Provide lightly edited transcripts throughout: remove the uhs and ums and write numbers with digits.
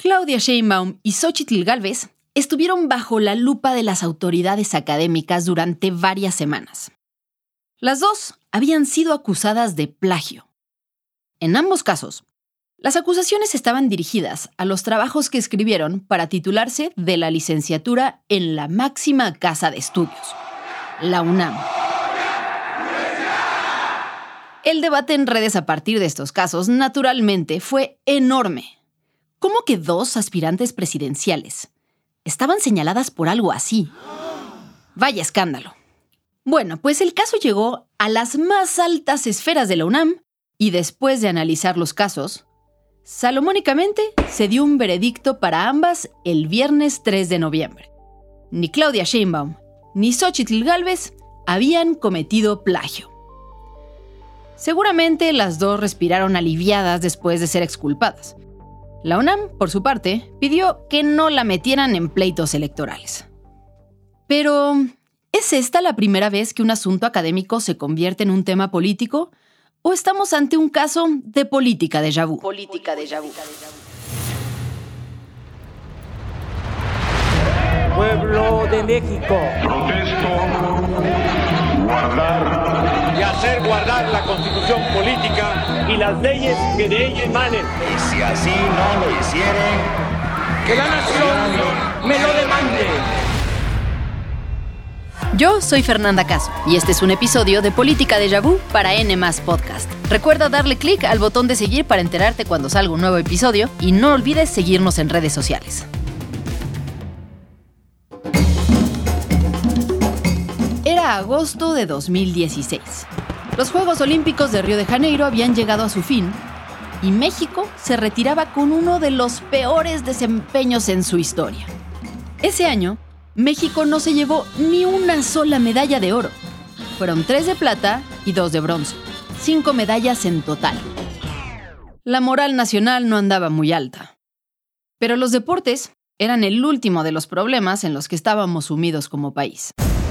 Claudia Sheinbaum y Xóchitl Gálvez estuvieron bajo la lupa de las autoridades académicas durante varias semanas. Las dos habían sido acusadas de plagio. En ambos casos, las acusaciones estaban dirigidas a los trabajos que escribieron para titularse de la licenciatura en la máxima casa de estudios, la UNAM. El debate en redes a partir de estos casos, naturalmente, fue enorme. ¿Cómo que dos aspirantes presidenciales estaban señaladas por algo así? Vaya escándalo. Bueno, pues el caso llegó a las más altas esferas de la UNAM y después de analizar los casos, salomónicamente se dio un veredicto para ambas el viernes 3 de noviembre. Ni Claudia Sheinbaum ni Xóchitl Gálvez habían cometido plagio. Seguramente las dos respiraron aliviadas después de ser exculpadas. La UNAM, por su parte, pidió que no la metieran en pleitos electorales. Pero, ¿es esta la primera vez que un asunto académico se convierte en un tema político? ¿O estamos ante un caso de política déjà vu? Pueblo de México. Protesto guardar Y hacer guardar la Constitución política y las leyes que de ella emanen. Y si así no lo hicieren, Que la nación me lo demande. Yo soy Fernanda Caso y este es un episodio de Política Déjà Vu para N+ Podcast. Recuerda darle clic al botón de seguir para enterarte cuando salga un nuevo episodio y no olvides seguirnos en redes sociales. Era agosto de 2016. Los Juegos Olímpicos de Río de Janeiro habían llegado a su fin y México se retiraba con uno de los peores desempeños en su historia. Ese año, México no se llevó ni una sola medalla de oro. Fueron 3 de plata y 2 de bronce. 5 medallas en total. La moral nacional no andaba muy alta. Pero los deportes eran el último de los problemas en los que estábamos sumidos como país.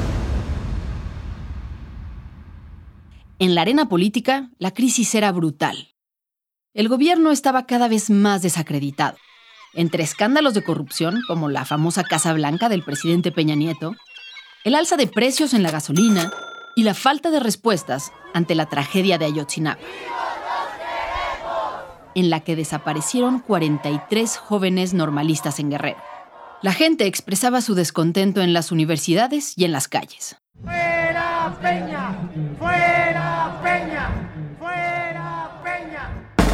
En la arena política, la crisis era brutal. El gobierno estaba cada vez más desacreditado. Entre escándalos de corrupción, como la famosa Casa Blanca del presidente Peña Nieto, el alza de precios en la gasolina y la falta de respuestas ante la tragedia de Ayotzinapa, en la que desaparecieron 43 jóvenes normalistas en Guerrero. La gente expresaba su descontento en las universidades y en las calles. ¡Fuera Peña! ¡Fuera Peña! ¡Fuera Peña!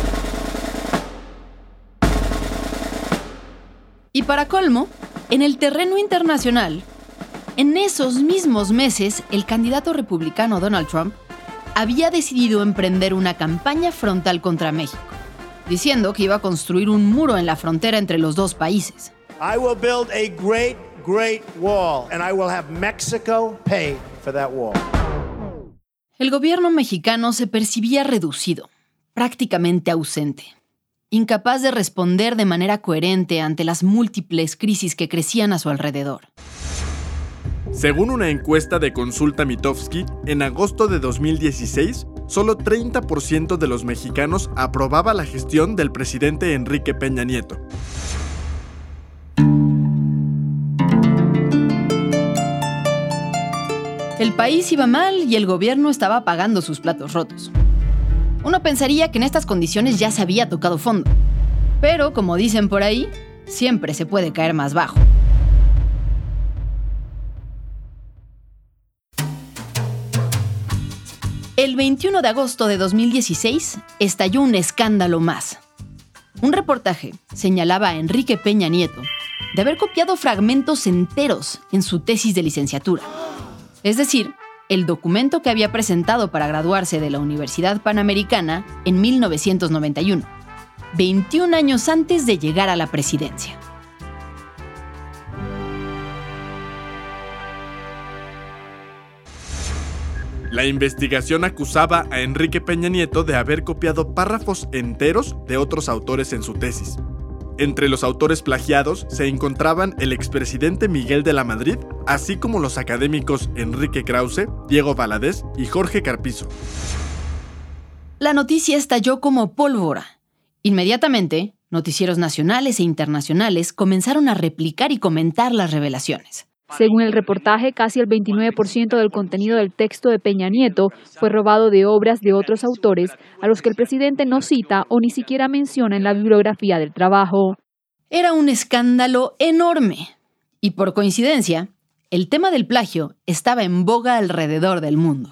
Y para colmo, en el terreno internacional, en esos mismos meses, el candidato republicano Donald Trump había decidido emprender una campaña frontal contra México, diciendo que iba a construir un muro en la frontera entre los dos países. I will build a great wall, and I will have Mexico pay for that wall. El gobierno mexicano se percibía reducido, prácticamente ausente, incapaz de responder de manera coherente ante las múltiples crisis que crecían a su alrededor. Según una encuesta de Consulta Mitofsky, en agosto de 2016, solo 30% de los mexicanos aprobaba la gestión del presidente Enrique Peña Nieto. El país iba mal y el gobierno estaba pagando sus platos rotos. Uno pensaría que en estas condiciones ya se había tocado fondo. Pero, como dicen por ahí, siempre se puede caer más bajo. El 21 de agosto de 2016 estalló un escándalo más. Un reportaje señalaba a Enrique Peña Nieto de haber copiado fragmentos enteros en su tesis de licenciatura. Es decir, el documento que había presentado para graduarse de la Universidad Panamericana en 1991, 21 años antes de llegar a la presidencia. La investigación acusaba a Enrique Peña Nieto de haber copiado párrafos enteros de otros autores en su tesis. Entre los autores plagiados se encontraban el expresidente Miguel de la Madrid, así como los académicos Enrique Krause, Diego Valadez y Jorge Carpizo. La noticia estalló como pólvora. Inmediatamente, Noticieros nacionales e internacionales comenzaron a replicar y comentar las revelaciones. Según el reportaje, casi el 29% del contenido del texto de Peña Nieto fue robado de obras de otros autores a los que el presidente no cita o ni siquiera menciona en la bibliografía del trabajo. Era un escándalo enorme. Y por coincidencia, el tema del plagio estaba en boga alrededor del mundo.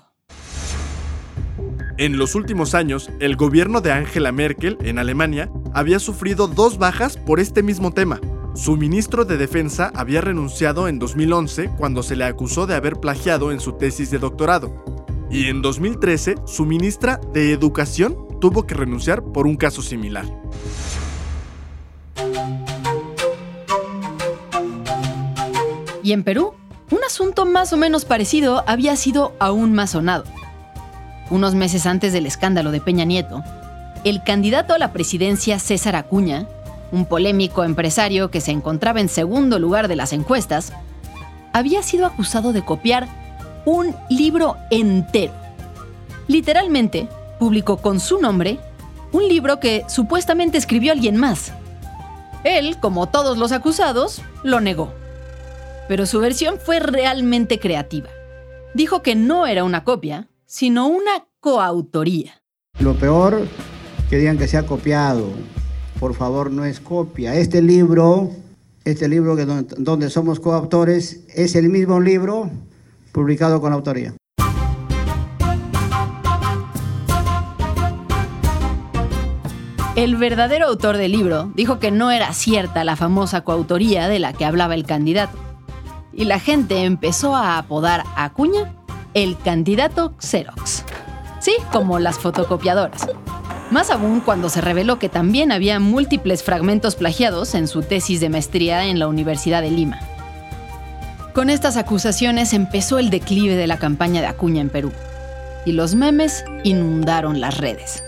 En los últimos años, el gobierno de Angela Merkel, en Alemania, había sufrido 2 bajas por este mismo tema. Su ministro de Defensa había renunciado en 2011 cuando se le acusó de haber plagiado en su tesis de doctorado. Y en 2013, su ministra de Educación tuvo que renunciar por un caso similar. Y en Perú, un asunto más o menos parecido había sido aún más sonado. Unos meses antes del escándalo de Peña Nieto, el candidato a la presidencia César Acuña, un polémico empresario que se encontraba en segundo lugar de las encuestas, había sido acusado de copiar un libro entero. Literalmente, publicó con su nombre un libro que supuestamente escribió alguien más. Él, como todos los acusados, lo negó. Pero su versión fue realmente creativa. Dijo que no era una copia, sino una coautoría. Lo peor, que digan que se ha copiado. Por favor, no es copia. Este libro donde somos coautores es el mismo libro publicado con autoría. El verdadero autor del libro dijo que no era cierta la famosa coautoría de la que hablaba el candidato. Y la gente empezó a apodar a Acuña el candidato Xerox. Sí, como las fotocopiadoras. Más aún cuando se reveló que también había múltiples fragmentos plagiados en su tesis de maestría en la Universidad de Lima. Con estas acusaciones empezó el declive de la campaña de Acuña en Perú. Y los memes inundaron las redes.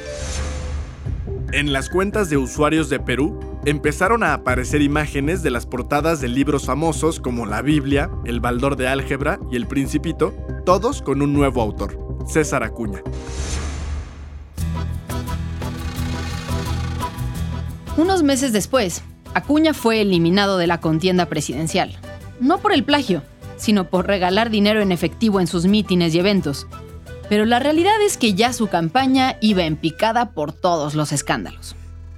En las cuentas de usuarios de Perú, empezaron a aparecer imágenes de las portadas de libros famosos como la Biblia, el Baldor de Álgebra y el Principito, todos con un nuevo autor, César Acuña. Unos meses después, Acuña fue eliminado de la contienda presidencial. No por el plagio, sino por regalar dinero en efectivo en sus mítines y eventos. Pero la realidad es que ya su campaña iba en picada por todos los escándalos.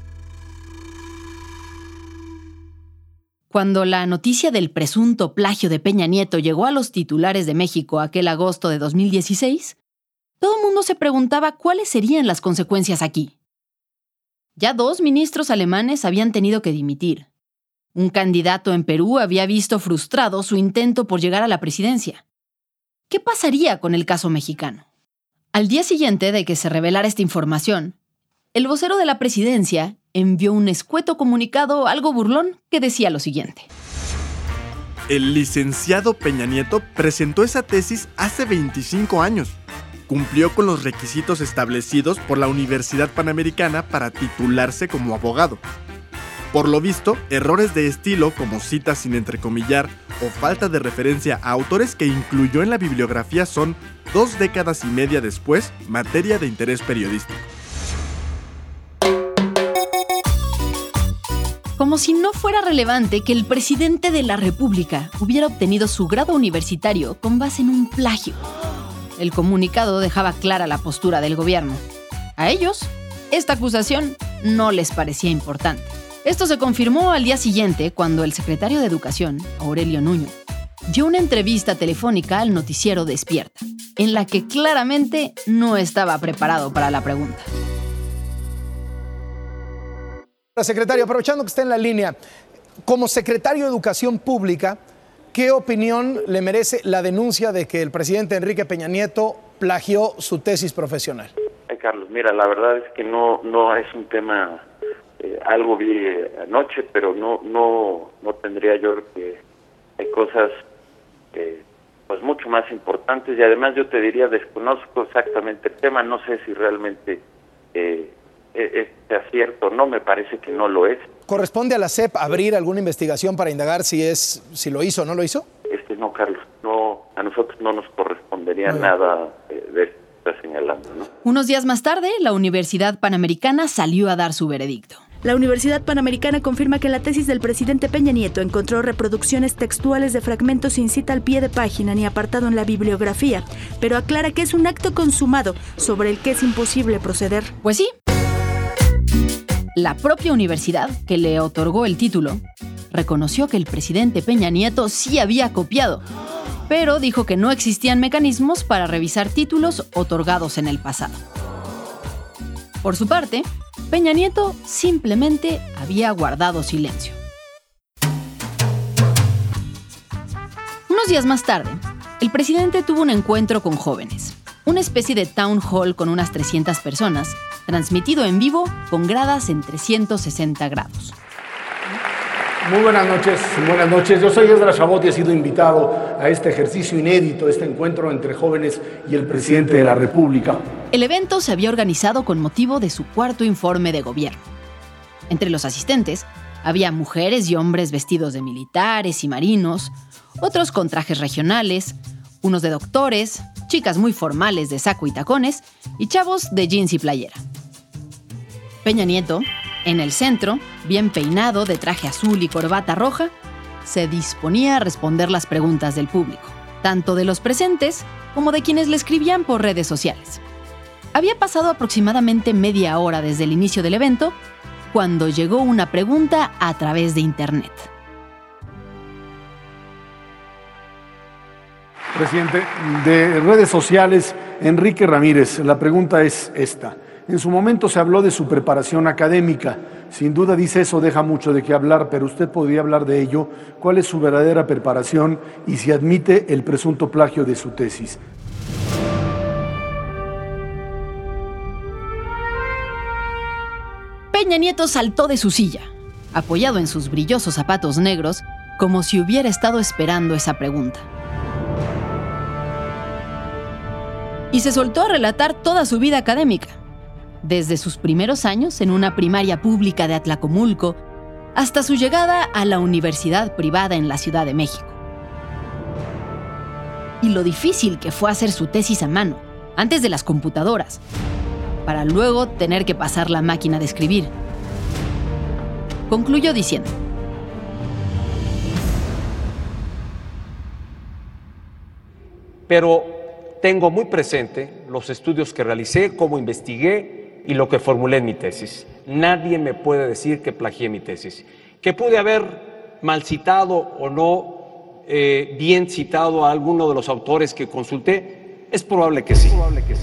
Cuando la noticia del presunto plagio de Peña Nieto llegó a los titulares de México aquel agosto de 2016, todo el mundo se preguntaba cuáles serían las consecuencias aquí. Ya 2 ministros alemanes habían tenido que dimitir. Un candidato en Perú había visto frustrado su intento por llegar a la presidencia. ¿Qué pasaría con el caso mexicano? Al día siguiente de que se revelara esta información, el vocero de la presidencia envió un escueto comunicado algo burlón que decía lo siguiente. El licenciado Peña Nieto presentó esa tesis hace 25 años. Cumplió con los requisitos establecidos por la Universidad Panamericana para titularse como abogado. Por lo visto, errores de estilo como citas sin entrecomillar o falta de referencia a autores que incluyó en la bibliografía son 2 décadas y media después materia de interés periodístico. Como si no fuera relevante que el presidente de la República hubiera obtenido su grado universitario con base en un plagio. El comunicado dejaba clara la postura del gobierno. A ellos, esta acusación no les parecía importante. Esto se confirmó al día siguiente cuando el secretario de Educación, Aurelio Nuño, dio una entrevista telefónica al noticiero Despierta, en la que claramente no estaba preparado para la pregunta. Secretario, aprovechando que está en la línea, como secretario de Educación Pública, ¿qué opinión le merece la denuncia de que el presidente Enrique Peña Nieto plagió su tesis profesional? Carlos, mira, la verdad es que no es un tema, algo vi anoche, pero no tendría yo que hay cosas pues mucho más importantes, y además yo te diría, desconozco exactamente el tema, no sé si realmente sea cierto o no, me parece que no lo es. ¿Corresponde a la SEP abrir alguna investigación para indagar si lo hizo o no lo hizo? No, Carlos, no, a nosotros no nos correspondería nada de esto que está señalando, ¿no? Unos días más tarde, la Universidad Panamericana salió a dar su veredicto. La Universidad Panamericana confirma que la tesis del presidente Peña Nieto encontró reproducciones textuales de fragmentos sin cita al pie de página ni apartado en la bibliografía, pero aclara que es un acto consumado sobre el que es imposible proceder. Pues sí. La propia universidad que le otorgó el título reconoció que el presidente Peña Nieto sí había copiado, pero dijo que no existían mecanismos para revisar títulos otorgados en el pasado. Por su parte, Peña Nieto simplemente había guardado silencio. Unos días más tarde, el presidente tuvo un encuentro con jóvenes, una especie de town hall con unas 300 personas, transmitido en vivo con gradas en 360 grados. Muy buenas noches. Yo soy Esdras Chabot y he sido invitado a este ejercicio inédito, este encuentro entre jóvenes y el presidente de la República. El evento se había organizado con motivo de su cuarto informe de gobierno. Entre los asistentes había mujeres y hombres vestidos de militares y marinos, otros con trajes regionales, unos de doctores, chicas muy formales de saco y tacones y chavos de jeans y playera. Peña Nieto, en el centro, bien peinado, de traje azul y corbata roja, se disponía a responder las preguntas del público, tanto de los presentes como de quienes le escribían por redes sociales. Había pasado aproximadamente media hora desde el inicio del evento, cuando llegó una pregunta a través de internet. Presidente, de redes sociales, Enrique Ramírez, la pregunta es esta. En su momento se habló de su preparación académica. Sin duda dice eso, deja mucho de qué hablar, pero usted podría hablar de ello. ¿Cuál es su verdadera preparación y si admite el presunto plagio de su tesis? Peña Nieto saltó de su silla, apoyado en sus brillosos zapatos negros, como si hubiera estado esperando esa pregunta. Y se soltó a relatar toda su vida académica, desde sus primeros años en una primaria pública de Atlacomulco hasta su llegada a la universidad privada en la Ciudad de México. Y lo difícil que fue hacer su tesis a mano, antes de las computadoras, para luego tener que pasar la máquina de escribir. Concluyó diciendo: pero tengo muy presente los estudios que realicé, cómo investigué y lo que formulé en mi tesis. Nadie me puede decir que plagié mi tesis. Que pude haber mal citado o no bien citado a alguno de los autores que consulté, es probable que sí.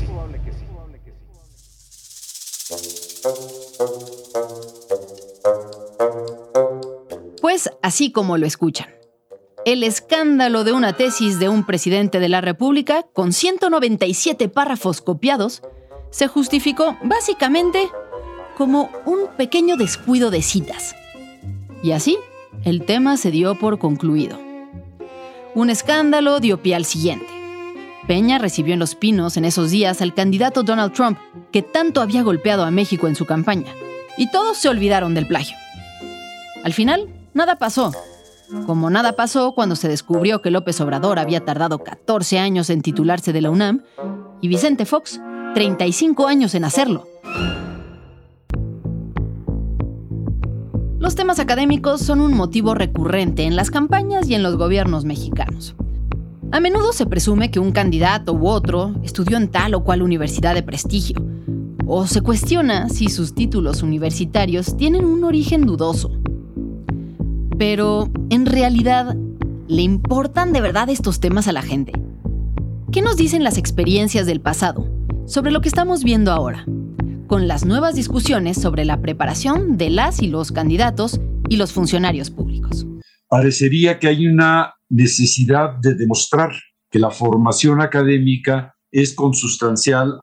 Pues así como lo escuchan. El escándalo de una tesis de un presidente de la República con 197 párrafos copiados se justificó básicamente como un pequeño descuido de citas. Y así, el tema se dio por concluido. Un escándalo dio pie al siguiente. Peña recibió en Los Pinos en esos días al candidato Donald Trump, que tanto había golpeado a México en su campaña, y todos se olvidaron del plagio. Al final, nada pasó. Como nada pasó cuando se descubrió que López Obrador había tardado 14 años en titularse de la UNAM y Vicente Fox 35 años en hacerlo. Los temas académicos son un motivo recurrente en las campañas y en los gobiernos mexicanos. A menudo se presume que un candidato u otro estudió en tal o cual universidad de prestigio, o se cuestiona si sus títulos universitarios tienen un origen dudoso. Pero, en realidad, ¿le importan de verdad estos temas a la gente? ¿Qué nos dicen las experiencias del pasado sobre lo que estamos viendo ahora, con las nuevas discusiones sobre la preparación de las y los candidatos y los funcionarios públicos? Parecería que hay una necesidad de demostrar que la formación académica es consustancial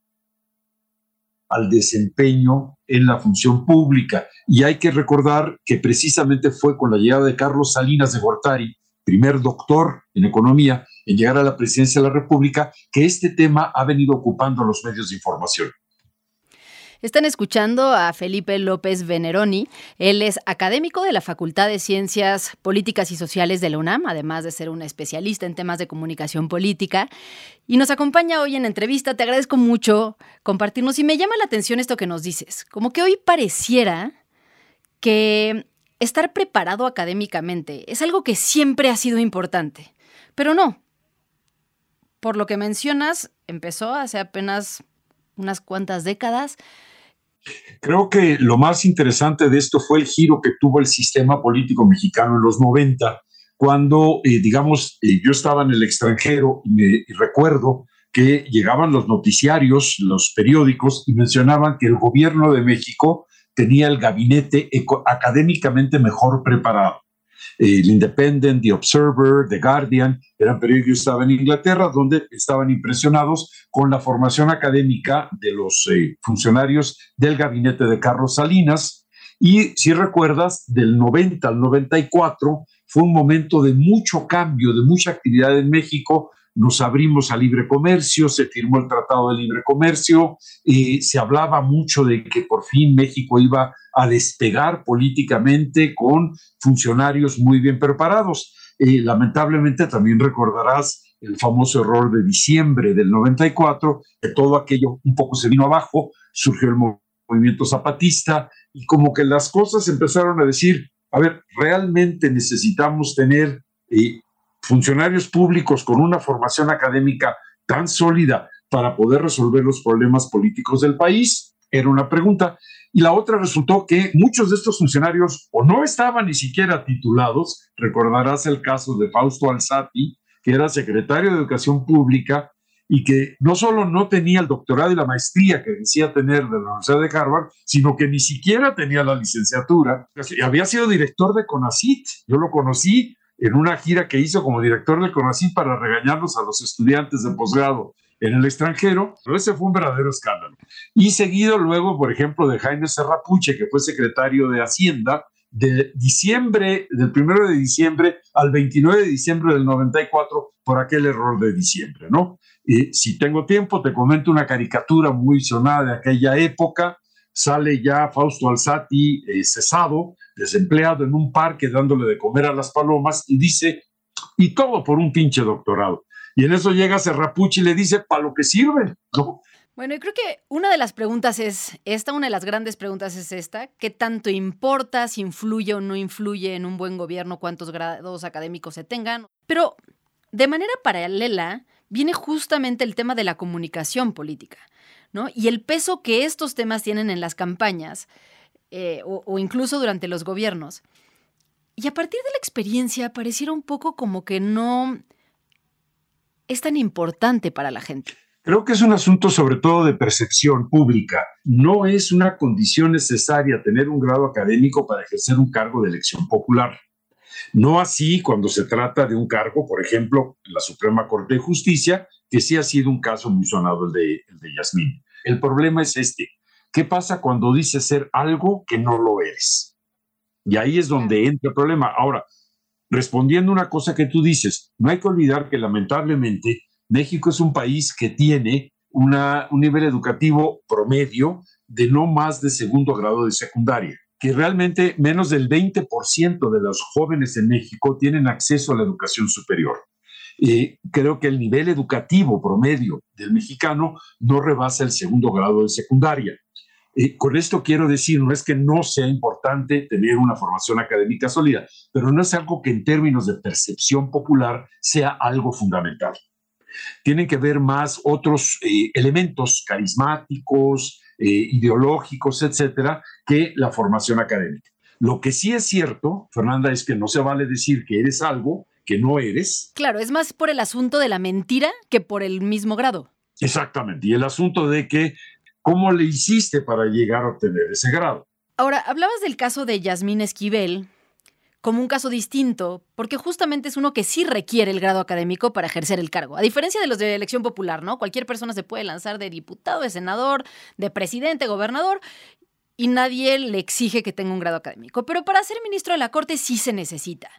al desempeño en la función pública. Y hay que recordar que precisamente fue con la llegada de Carlos Salinas de Gortari, primer doctor en economía, en llegar a la presidencia de la República, que este tema ha venido ocupando los medios de información. Están escuchando a Felipe López Veneroni. Él es académico de la Facultad de Ciencias Políticas y Sociales de la UNAM, además de ser un especialista en temas de comunicación política. Y nos acompaña hoy en entrevista. Te agradezco mucho compartirnos. Y me llama la atención esto que nos dices. Como que hoy pareciera que estar preparado académicamente es algo que siempre ha sido importante, pero no. Por lo que mencionas, empezó hace apenas unas cuantas décadas. Creo que lo más interesante de esto fue el giro que tuvo el sistema político mexicano en los 90, cuando, yo estaba en el extranjero y recuerdo que llegaban los noticiarios, los periódicos, y mencionaban que el gobierno de México tenía el gabinete académicamente mejor preparado. El Independent, The Observer, The Guardian, eran periódicos que estaban en Inglaterra, donde estaban impresionados con la formación académica de los funcionarios del gabinete de Carlos Salinas. Y si recuerdas, del 90 al 94 fue un momento de mucho cambio, de mucha actividad en México. Nos abrimos al libre comercio, se firmó el Tratado de Libre Comercio, se hablaba mucho de que por fin México iba a despegar políticamente con funcionarios muy bien preparados. Lamentablemente también recordarás el famoso error de diciembre del 94, que todo aquello un poco se vino abajo, surgió el movimiento zapatista y como que las cosas empezaron a decir, a ver, realmente necesitamos tener funcionarios públicos con una formación académica tan sólida para poder resolver los problemas políticos del país. Era una pregunta. Y la otra resultó que muchos de estos funcionarios o no estaban ni siquiera titulados. Recordarás el caso de Fausto Alzati, que era secretario de Educación Pública y que no solo no tenía el doctorado y la maestría que decía tener de la Universidad de Harvard, sino que ni siquiera tenía la licenciatura. Había sido director de CONACYT. Yo lo conocí en una gira que hizo como director del CONACYT para regañarlos a los estudiantes de posgrado en el extranjero, pero ese fue un verdadero escándalo. Y seguido luego, por ejemplo, de Jaime Serrapuche, que fue secretario de Hacienda, del 1 de diciembre al 29 de diciembre del 94, por aquel error de diciembre, ¿no? Si tengo tiempo, te comento una caricatura muy sonada de aquella época. Sale ya Fausto Alzati cesado, desempleado en un parque dándole de comer a las palomas y dice, y todo por un pinche doctorado. Y en eso llega Serrapuche y le dice, ¿para lo que sirve? ¿No? Bueno, yo creo que una de las preguntas es esta, una de las grandes preguntas es esta, ¿qué tanto importa si influye o no influye en un buen gobierno cuántos grados académicos se tengan? Pero de manera paralela viene justamente el tema de la comunicación política, ¿no? Y el peso que estos temas tienen en las campañas o incluso durante los gobiernos. Y a partir de la experiencia pareciera un poco como que no es tan importante para la gente. Creo que es un asunto sobre todo de percepción pública. No es una condición necesaria tener un grado académico para ejercer un cargo de elección popular. No así cuando se trata de un cargo, por ejemplo, en la Suprema Corte de Justicia, que sí ha sido un caso muy sonado el de Yasmín. El problema es este. ¿Qué pasa cuando dices ser algo que no lo eres? Y ahí es donde entra el problema. Ahora, respondiendo a una cosa que tú dices, no hay que olvidar que lamentablemente México es un país que tiene un nivel educativo promedio de no más de segundo grado de secundaria, que realmente menos del 20% de los jóvenes en México tienen acceso a la educación superior. Creo que el nivel educativo promedio del mexicano no rebasa el segundo grado de secundaria. Con esto quiero decir, no es que no sea importante tener una formación académica sólida, pero no es algo que en términos de percepción popular sea algo fundamental. Tienen que ver más otros elementos carismáticos, ideológicos, etcétera, que la formación académica. Lo que sí es cierto, Fernanda, es que no se vale decir que eres algo que no eres. Claro, es más por el asunto de la mentira que por el mismo grado. Exactamente, y el asunto de que ¿cómo le hiciste para llegar a obtener ese grado? Ahora, hablabas del caso de Yasmín Esquivel como un caso distinto, porque justamente es uno que sí requiere el grado académico para ejercer el cargo. A diferencia de los de elección popular, ¿no? Cualquier persona se puede lanzar de diputado, de senador, de presidente, gobernador, y nadie le exige que tenga un grado académico. Pero para ser ministro de la Corte sí se necesita.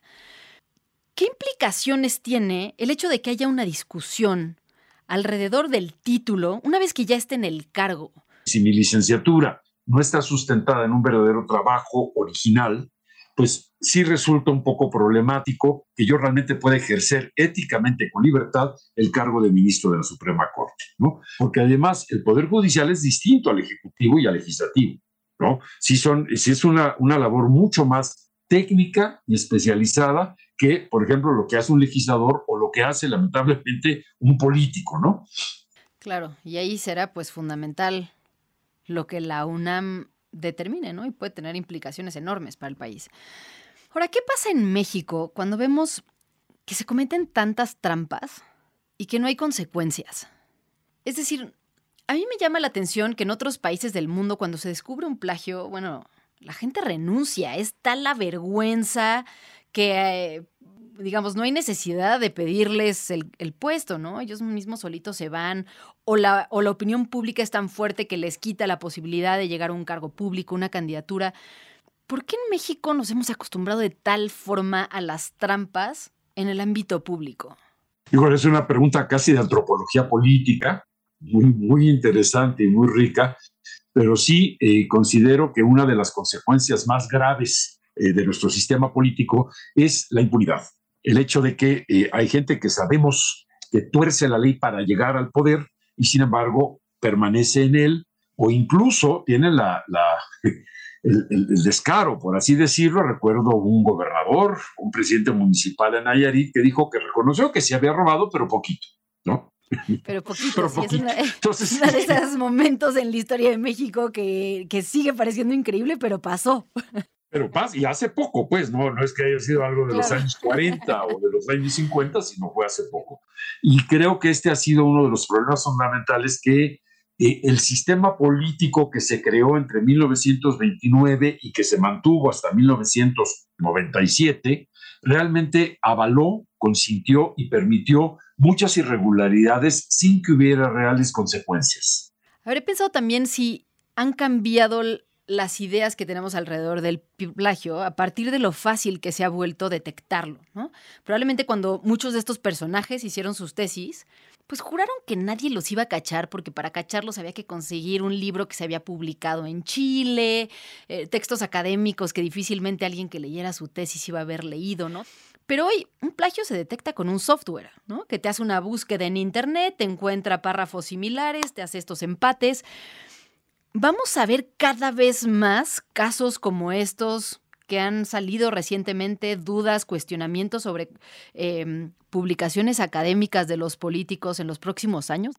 ¿Qué implicaciones tiene el hecho de que haya una discusión alrededor del título una vez que ya esté en el cargo? Si mi licenciatura no está sustentada en un verdadero trabajo original, pues sí resulta un poco problemático que yo realmente pueda ejercer éticamente con libertad el cargo de ministro de la Suprema Corte, ¿no? Porque además el Poder Judicial es distinto al Ejecutivo y al Legislativo. ¿no? Sí es una labor mucho más técnica y especializada que, por ejemplo, lo que hace un legislador o lo que hace, lamentablemente, un político, ¿no? Claro, y ahí será pues fundamental lo que la UNAM determine, ¿no? Y puede tener implicaciones enormes para el país. Ahora, ¿qué pasa en México cuando vemos que se cometen tantas trampas y que no hay consecuencias? Es decir, a mí me llama la atención que en otros países del mundo, cuando se descubre un plagio, bueno, la gente renuncia. Es tal la vergüenza que, digamos, no hay necesidad de pedirles el puesto, ¿no? Ellos mismos solitos se van. O la opinión pública es tan fuerte que les quita la posibilidad de llegar a un cargo público, una candidatura. ¿Por qué en México nos hemos acostumbrado de tal forma a las trampas en el ámbito público? Digo, es una pregunta casi de antropología política, muy, muy interesante y muy rica, pero sí considero que una de las consecuencias más graves de nuestro sistema político es la impunidad. El hecho de que hay gente que sabemos que tuerce la ley para llegar al poder y sin embargo permanece en él, o incluso tiene el descaro, por así decirlo. Recuerdo un gobernador, un presidente municipal de Nayarit, que dijo que reconoció que sí había robado, pero poquito, ¿no? Pero poquito, sí, es uno de esos momentos en la historia de México que sigue pareciendo increíble, pero pasó. Pero pasa, y hace poco, pues, no es que haya sido algo de los años 40 o de los años 50, sino fue hace poco. Y creo que este ha sido uno de los problemas fundamentales que el sistema político que se creó entre 1929 y que se mantuvo hasta 1997 realmente avaló, consintió y permitió muchas irregularidades sin que hubiera reales consecuencias. Habré pensado también si han cambiado las ideas que tenemos alrededor del plagio a partir de lo fácil que se ha vuelto detectarlo, ¿no? Probablemente cuando muchos de estos personajes hicieron sus tesis, pues juraron que nadie los iba a cachar, porque para cacharlos había que conseguir un libro que se había publicado en Chile, textos académicos que difícilmente alguien que leyera su tesis iba a haber leído, ¿no? Pero hoy un plagio se detecta con un software, ¿no? Que te hace una búsqueda en internet, te encuentra párrafos similares, te hace estos empates. ¿Vamos a ver cada vez más casos como estos que han salido recientemente, dudas, cuestionamientos sobre publicaciones académicas de los políticos en los próximos años?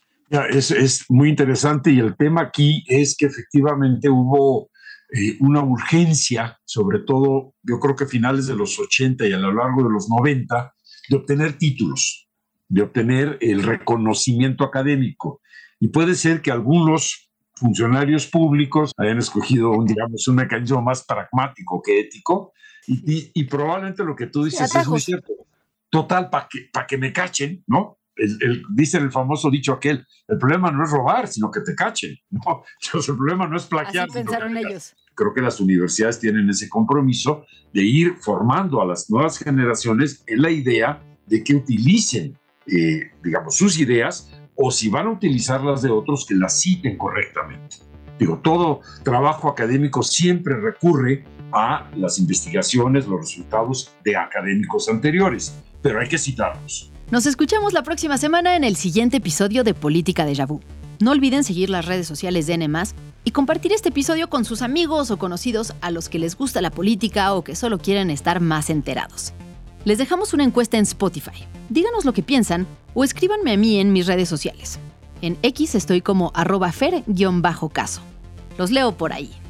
Es muy interesante, y el tema aquí es que efectivamente hubo una urgencia, sobre todo yo creo que a finales de los 80 y a lo largo de los 90, de obtener títulos, de obtener el reconocimiento académico. Y puede ser que algunos funcionarios públicos hayan escogido un mecanismo más pragmático que ético, y probablemente lo que tú dices es muy cierto. Total, para que me cachen, ¿no? Dice el famoso dicho aquel, el problema no es robar, sino que te cachen, ¿no? Entonces, el problema no es plagiar. Así pensaron ellos. Creo que las universidades tienen ese compromiso de ir formando a las nuevas generaciones en la idea de que utilicen, sus ideas, o si van a utilizar las de otros, que las citen correctamente. Todo trabajo académico siempre recurre a las investigaciones, los resultados de académicos anteriores, pero hay que citarlos. Nos escuchamos la próxima semana en el siguiente episodio de Política Déjà Vu. No olviden seguir las redes sociales de N+, y compartir este episodio con sus amigos o conocidos a los que les gusta la política o que solo quieren estar más enterados. Les dejamos una encuesta en Spotify. Díganos lo que piensan o escríbanme a mí en mis redes sociales. En X estoy como @fer_caso. Los leo por ahí.